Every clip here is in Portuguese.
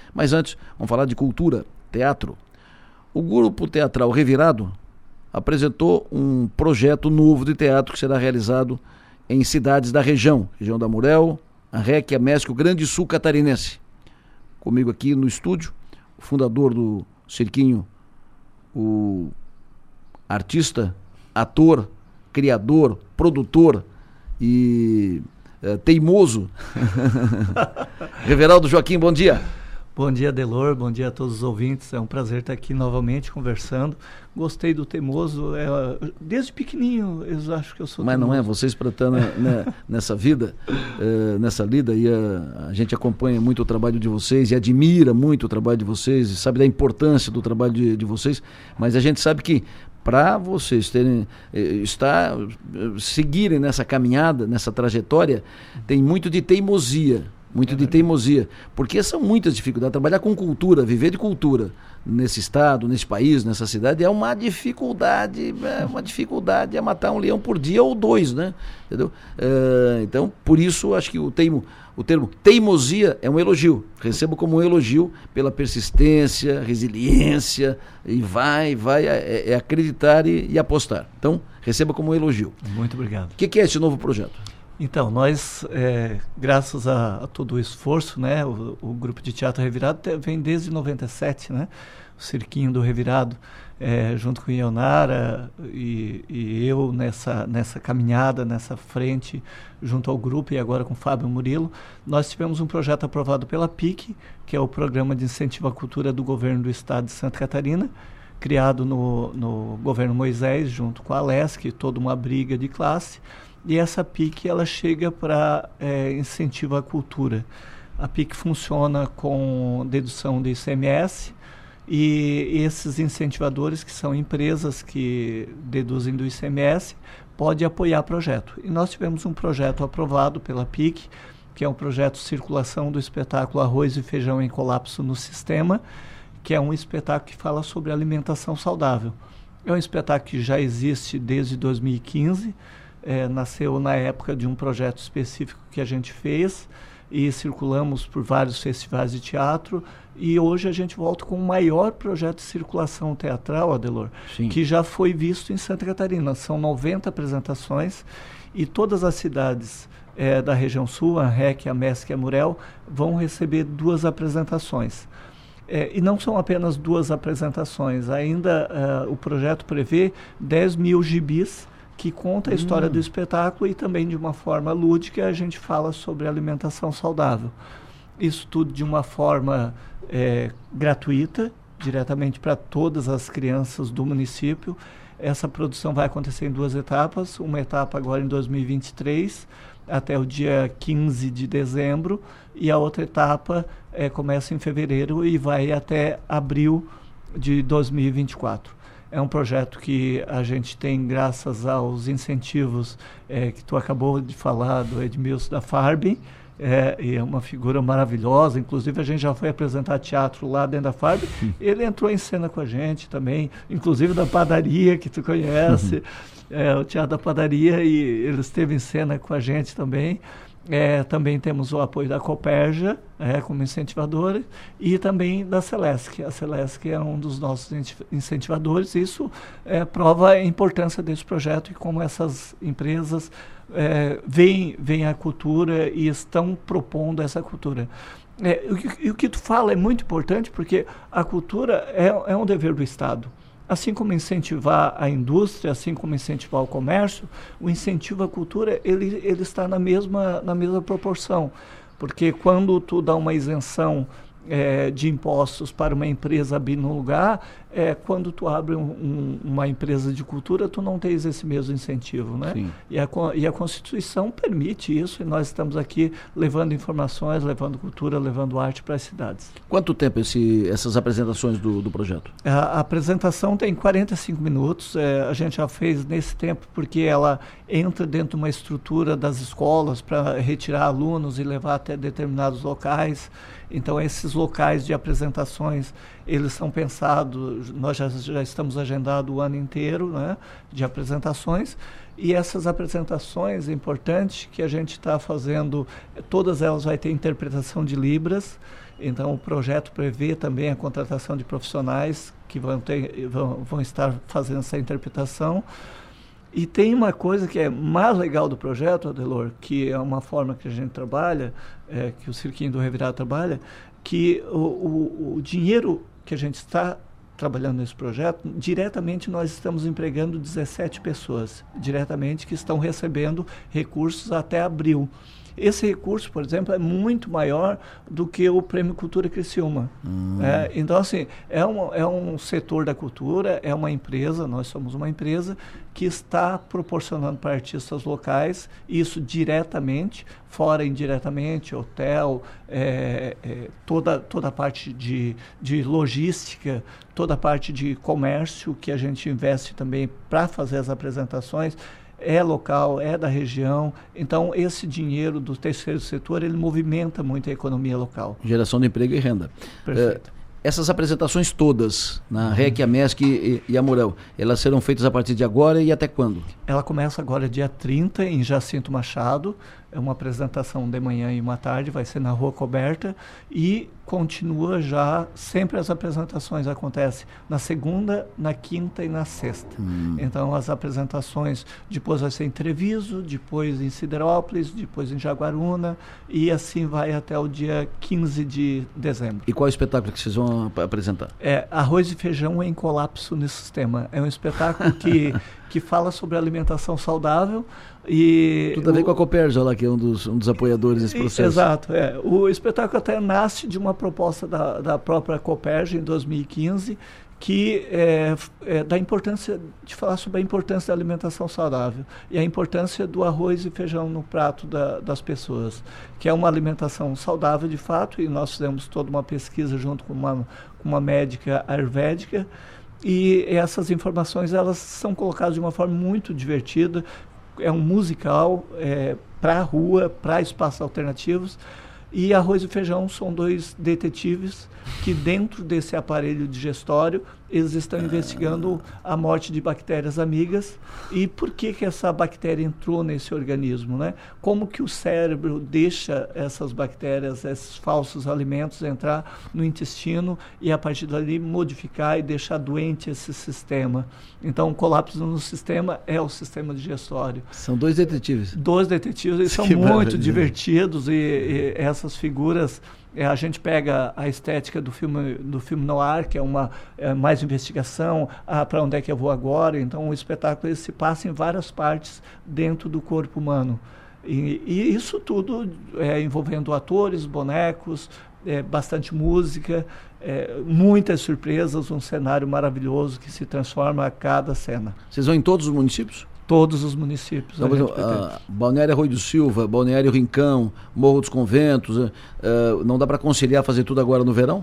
Mas antes, vamos falar de cultura, teatro. O grupo teatral Revirado apresentou um projeto novo de teatro que será realizado em cidades da região da Murel, a REC, a MESC, o Grande Sul Catarinense. Comigo aqui no estúdio, o fundador do Cirquinho, o artista, ator, criador, produtor e teimoso, Reveraldo Joaquim, bom dia. Bom dia, Delor, bom dia a todos os ouvintes, é um prazer estar aqui novamente conversando. Gostei do teimoso, desde pequenininho eu acho que eu sou Mas teimoso. não é, vocês para estar nessa vida, nessa lida, e a gente acompanha muito o trabalho de vocês e admira muito o trabalho de vocês, e sabe da importância do trabalho de vocês, mas a gente sabe que para vocês seguirem nessa caminhada, nessa trajetória, tem muito de teimosia. Porque são muitas dificuldades. Trabalhar com cultura, viver de cultura nesse estado, nesse país, nessa cidade, é uma dificuldade, é matar um leão por dia ou dois, né? Entendeu? Então, por isso, acho que o termo teimosia é um elogio. Recebo como um elogio pela persistência, resiliência, e é acreditar e apostar. Então, receba como um elogio. Muito obrigado. O que é esse novo projeto? Então, nós, graças a todo o esforço, né, o Grupo de Teatro Revirado vem desde 97, né, o Cirquinho do Revirado, junto com Ionara e eu nessa caminhada, nessa frente, junto ao grupo e agora com Fábio Murilo, nós tivemos um projeto aprovado pela PIC, que é o Programa de Incentivo à Cultura do Governo do Estado de Santa Catarina, criado no governo Moisés, junto com a LESC, toda uma briga de classe. E essa PIC ela chega para incentivo à cultura. A PIC funciona com dedução de ICMS e esses incentivadores, que são empresas que deduzem do ICMS, podem apoiar projeto. E nós tivemos um projeto aprovado pela PIC, que é um projeto de circulação do espetáculo Arroz e Feijão em Colapso no Sistema, que é um espetáculo que fala sobre alimentação saudável. É um espetáculo que já existe desde 2015, nasceu na época de um projeto específico que a gente fez e circulamos por vários festivais de teatro, e hoje a gente volta com o maior projeto de circulação teatral, Adelor, que já foi visto em Santa Catarina. São 90 apresentações e todas as cidades da região sul, a REC, a MESC e a Murel, vão receber 2 apresentações. E não são apenas 2 apresentações, ainda o projeto prevê 10 mil gibis que conta a história do espetáculo, e também de uma forma lúdica a gente fala sobre alimentação saudável. Isso tudo de uma forma gratuita, diretamente para todas as crianças do município. Essa produção vai acontecer em 2 etapas, uma etapa agora em 2023, até o dia 15 de dezembro, e a outra etapa começa em fevereiro e vai até abril de 2024. É um projeto que a gente tem graças aos incentivos que tu acabou de falar, do Edmilson da Farben, e é uma figura maravilhosa. Inclusive a gente já foi apresentar teatro lá dentro da Farben. Ele entrou em cena com a gente também, inclusive da padaria que tu conhece, o Teatro da Padaria, e ele esteve em cena com a gente também. Também temos o apoio da Copérgia, como incentivadora, e também da Celesc. A Celesc é um dos nossos incentivadores. Isso prova a importância desse projeto e como essas empresas veem a cultura e estão propondo essa cultura. E o que tu fala é muito importante, porque a cultura é um dever do Estado. Assim como incentivar a indústria, assim como incentivar o comércio, o incentivo à cultura ele está na mesma proporção. Porque quando tu dá uma isenção de impostos para uma empresa abrir no lugar, quando tu abre uma empresa de cultura, tu não tens esse mesmo incentivo, né? Sim. E a Constituição permite isso, e nós estamos aqui levando informações, levando cultura, levando arte para as cidades. Quanto tempo essas apresentações do projeto? A apresentação tem 45 minutos, a gente já fez nesse tempo porque ela entra dentro de uma estrutura das escolas para retirar alunos e levar até determinados locais. Então, esses locais de apresentações, eles são pensados, nós já estamos agendando o ano inteiro, né, de apresentações, e essas apresentações, é importante que a gente está fazendo, todas elas vai ter interpretação de Libras. Então, o projeto prevê também a contratação de profissionais que vão estar fazendo essa interpretação. E tem uma coisa que é mais legal do projeto, Adelor, que é uma forma que a gente trabalha, que o Cirquinho do Revirado trabalha, que o dinheiro que a gente está trabalhando nesse projeto, diretamente nós estamos empregando 17 pessoas, diretamente, que estão recebendo recursos até abril. Esse recurso, por exemplo, é muito maior do que o Prêmio Cultura Criciúma. Então, assim, é um setor da cultura, é uma empresa, nós somos uma empresa que está proporcionando para artistas locais isso diretamente, fora indiretamente, hotel, toda a parte de logística, toda a parte de comércio que a gente investe também para fazer as apresentações, é local, é da região. Então, esse dinheiro do terceiro setor, ele movimenta muito a economia local. Geração de emprego e renda. Perfeito. Essas apresentações todas, na REC, a MESC e a Murel, elas serão feitas a partir de agora e até quando? Ela começa agora dia 30, em Jacinto Machado. É uma apresentação de manhã e uma tarde, vai ser na Rua Coberta. E continua já, sempre as apresentações acontecem na segunda, na quinta e na sexta. Então, as apresentações, depois vai ser em Treviso, depois em Siderópolis, depois em Jaguaruna, e assim vai até o dia 15 de dezembro. E qual é o espetáculo que vocês vão apresentar? Arroz e Feijão em Colapso no Sistema. É um espetáculo que fala sobre alimentação saudável. E tudo a ver com a Copérgia lá, que é um dos apoiadores desse processo. Exato. O espetáculo até nasce de uma proposta da própria Copérgia em 2015, que da importância de falar sobre a importância da alimentação saudável e a importância do arroz e feijão no prato das pessoas, que é uma alimentação saudável de fato, e nós fizemos toda uma pesquisa junto com uma médica ayurvédica, e essas informações elas são colocadas de uma forma muito divertida. É um musical para a rua, para espaços alternativos. E Arroz e Feijão são dois detetives que, dentro desse aparelho digestório, eles estão investigando a morte de bactérias amigas e por que essa bactéria entrou nesse organismo, né? Como que o cérebro deixa essas bactérias, esses falsos alimentos entrar no intestino e, a partir dali, modificar e deixar doente esse sistema. Então, o colapso no sistema é o sistema digestório. São dois detetives. Dois detetives, eles são muito divertidos e essas figuras... a gente pega a estética do filme noir, que é mais investigação, para onde é que eu vou agora. Então, o espetáculo ele se passa em várias partes dentro do corpo humano. E isso tudo envolvendo atores, bonecos, bastante música, muitas surpresas, um cenário maravilhoso que se transforma a cada cena. Vocês vão em todos os municípios? Todos os municípios. Balneário Arroio do Silva, Balneário Rincão, Morro dos Conventos, não dá para conciliar fazer tudo agora no verão?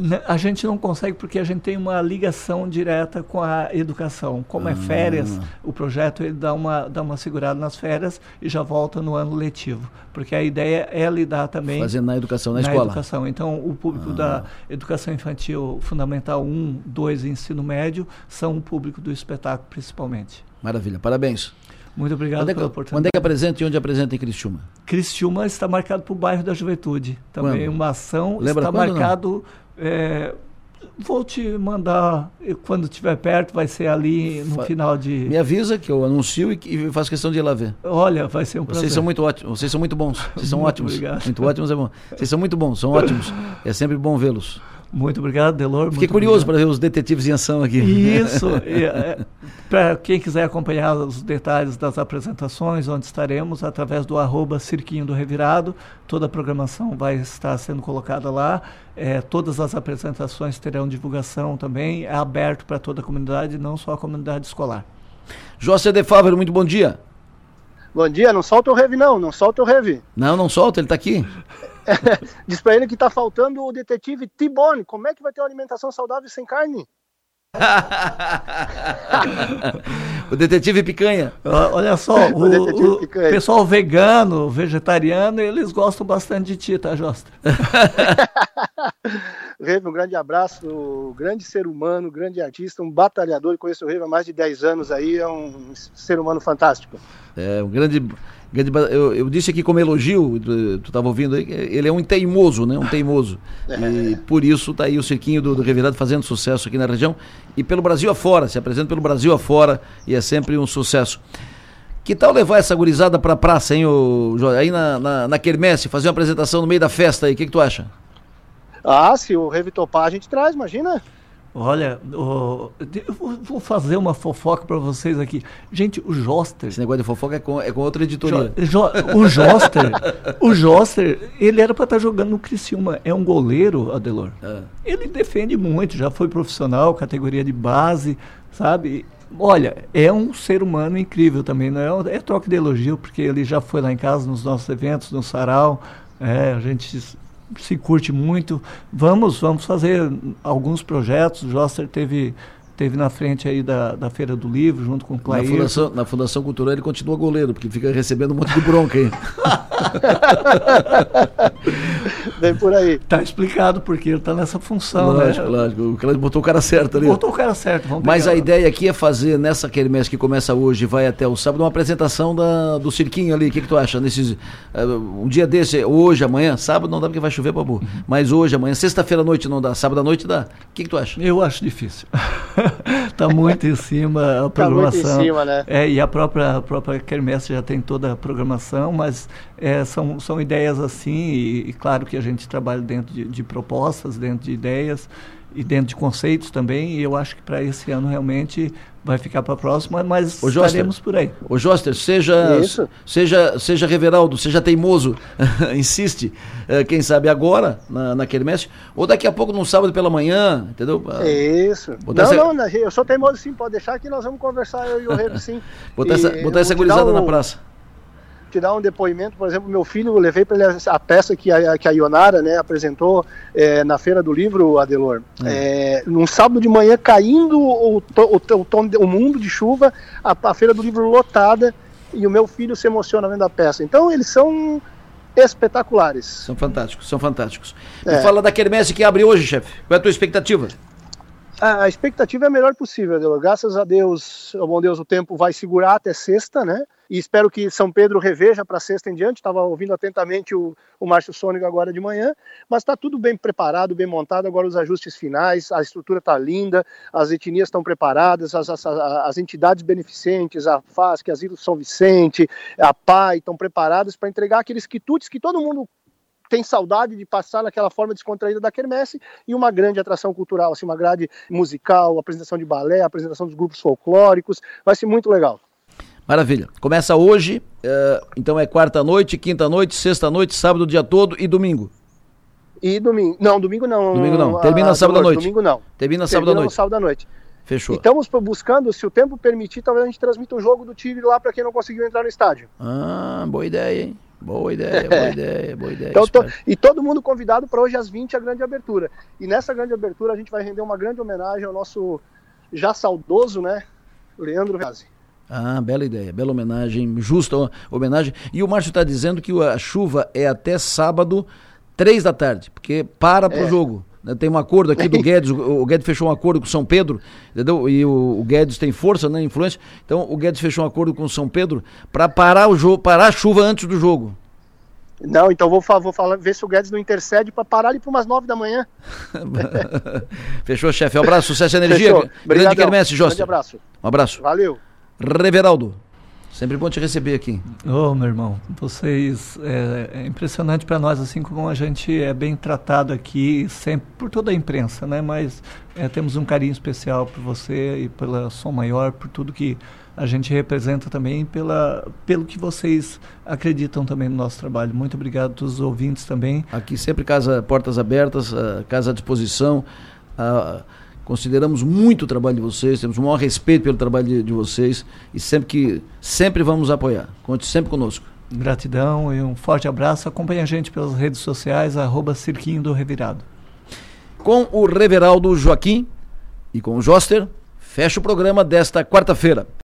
A gente não consegue porque a gente tem uma ligação direta com a educação. Como é férias, o projeto ele dá uma segurada nas férias e já volta no ano letivo. Porque a ideia é lidar também... Fazendo na educação, na escola. Educação. Então, o público da educação infantil fundamental 1, 2 e ensino médio são o público do espetáculo principalmente. Maravilha, parabéns. Muito obrigado pela oportunidade. Quando é que apresenta e onde apresenta em Criciúma? Criciúma está marcado para o bairro da Juventude. Também quando? Uma ação. Lembra está quando, marcado... vou te mandar, quando estiver perto, vai ser ali no final de... Me avisa que eu anuncio e faço questão de ir lá ver. Olha, vai ser um prazer. Vocês são muito ótimos, vocês são muito bons, vocês são ótimos. Obrigado. Muito ótimos é bom. Vocês são muito bons, são ótimos. É sempre bom vê-los. Muito obrigado, Delor. Fiquei curioso para ver os detetives em ação aqui. Isso. Para quem quiser acompanhar os detalhes das apresentações, onde estaremos, através do @Cirquinho do Revirado, toda a programação vai estar sendo colocada lá. Todas as apresentações terão divulgação também. É aberto para toda a comunidade, não só a comunidade escolar. José de Fávero, muito bom dia. Bom dia, não solta o Revi não solta o Revi. Não solta, ele está aqui. Diz pra ele que tá faltando o detetive T-Bone. Como é que vai ter uma alimentação saudável sem carne? O detetive picanha. Olha só, o pessoal vegano, vegetariano, eles gostam bastante de ti, tá, Joster? Reve, um grande abraço, grande ser humano, grande artista, um batalhador. Eu conheço o Reve há mais de 10 anos aí, é um ser humano fantástico. É, um grande eu disse aqui como elogio, tu estava ouvindo aí, ele é um teimoso, né? Um teimoso. E por isso tá aí o Cirquinho do Revirado fazendo sucesso aqui na região e pelo Brasil afora, se apresenta pelo Brasil afora e é sempre um sucesso. Que tal levar essa gurizada pra praça, hein, aí na quermesse, fazer uma apresentação no meio da festa aí, o que tu acha? Se o Reve topar, a gente traz, imagina. Olha, eu vou fazer uma fofoca para vocês aqui. Gente, o Joster... Esse negócio de fofoca é com outra editoria. O Joster, ele era para estar jogando no Criciúma. É um goleiro, Adelor. Ele defende muito, já foi profissional, categoria de base, sabe? Olha, é um ser humano incrível também. Não é troca de elogio, porque ele já foi lá em casa, nos nossos eventos, no sarau. A gente... se curte muito, vamos fazer alguns projetos. O Joster teve na frente aí da Feira do Livro, junto com o Clair. Na Fundação Cultural ele continua goleiro, porque fica recebendo um monte de bronca aí. Vem por aí. Tá explicado porque ele tá nessa função, lógico, né? Lógico, o Clair botou o cara certo ali. Botou o cara certo, vamos Mas pegar. a ideia aqui é fazer nessa quermesse que começa hoje e vai até o sábado, uma apresentação do cirquinho ali. O que tu acha? Um dia desse, hoje, amanhã, sábado não dá porque vai chover, babu. Mas hoje, amanhã, sexta-feira à noite não dá, sábado à noite dá. O que tu acha? Eu acho difícil. Tá muito em cima a programação. Tá muito em cima, né? E a própria quermesse já tem toda a programação, mas são ideias assim, e claro que a gente trabalha dentro de propostas, dentro de ideias e dentro de conceitos também, e eu acho que para esse ano realmente vai ficar para a próxima, mas estaremos por aí. Ô Joster, seja Reveraldo, seja teimoso, insiste, quem sabe agora na quermesse, ou daqui a pouco num sábado pela manhã, entendeu? Isso. Não, eu sou teimoso sim, pode deixar que nós vamos conversar, eu e o Reve sim. botar essa gurizada na praça. Te dar um depoimento, por exemplo, meu filho, eu levei para ele a peça que a Ionara, né, apresentou na Feira do Livro, Adelor. Num sábado de manhã, caindo o mundo de chuva, a Feira do Livro lotada, e o meu filho se emociona vendo a peça. Então, eles são espetaculares. São fantásticos. E fala da quermesse que abre hoje, chefe. Qual é a tua expectativa? A expectativa é a melhor possível, Adelor. Graças a Deus, ao bom Deus, o tempo vai segurar até sexta, né? E espero que São Pedro reveja para sexta em diante. Estava ouvindo atentamente o Márcio Sônico agora de manhã, mas está tudo bem preparado, bem montado. Agora os ajustes finais, a estrutura está linda, as etnias estão preparadas, as entidades beneficentes, a FASC, as Ilhas São Vicente, a PAI, estão preparadas para entregar aqueles quitutes que todo mundo tem saudade de passar naquela forma descontraída da quermesse, e uma grande atração cultural, assim, uma grade musical, apresentação de balé, apresentação dos grupos folclóricos, vai ser muito legal. Maravilha. Começa hoje, então é quarta-noite, quinta-noite, sexta-noite, sábado o dia todo e domingo. E domingo. Não, domingo não. Domingo não. Termina sábado à noite. Domingo não. Termina sábado à noite. Fechou. E estamos buscando, se o tempo permitir, talvez a gente transmita um jogo do Tigre lá para quem não conseguiu entrar no estádio. Boa ideia, hein? Boa ideia. Então, e todo mundo convidado para hoje às 20 a grande abertura. E nessa grande abertura a gente vai render uma grande homenagem ao nosso já saudoso, né, Leandro Reazzi. Bela ideia, bela homenagem, justa homenagem. E o Márcio está dizendo que a chuva é até sábado, 3 da tarde, porque para pro jogo. Tem um acordo aqui do Guedes, o Guedes fechou um acordo com São Pedro, entendeu? E o Guedes tem força, né, influência. Então o Guedes fechou um acordo com São Pedro para parar o jogo, parar a chuva antes do jogo. Não, então vou ver se o Guedes não intercede para parar ali para umas 9 da manhã. Fechou, chefe. Um abraço, sucesso e energia. Fechou. Grande quermesse, Joster. Grande abraço. Um abraço. Valeu. Reveraldo, sempre bom te receber aqui. Meu irmão, vocês, é impressionante para nós, assim como a gente é bem tratado aqui, sempre por toda a imprensa, né? Mas temos um carinho especial por você e pela Som Maior, por tudo que a gente representa também, pelo que vocês acreditam também no nosso trabalho. Muito obrigado a todos os ouvintes também. Aqui sempre portas abertas, casa à disposição. Consideramos muito o trabalho de vocês, temos o maior respeito pelo trabalho de vocês e sempre vamos apoiar. Conte sempre conosco. Gratidão e um forte abraço. Acompanhe a gente pelas redes sociais, @Cirquinho do Revirado. Com o Reveraldo Joaquim e com o Joster, fecha o programa desta quarta-feira.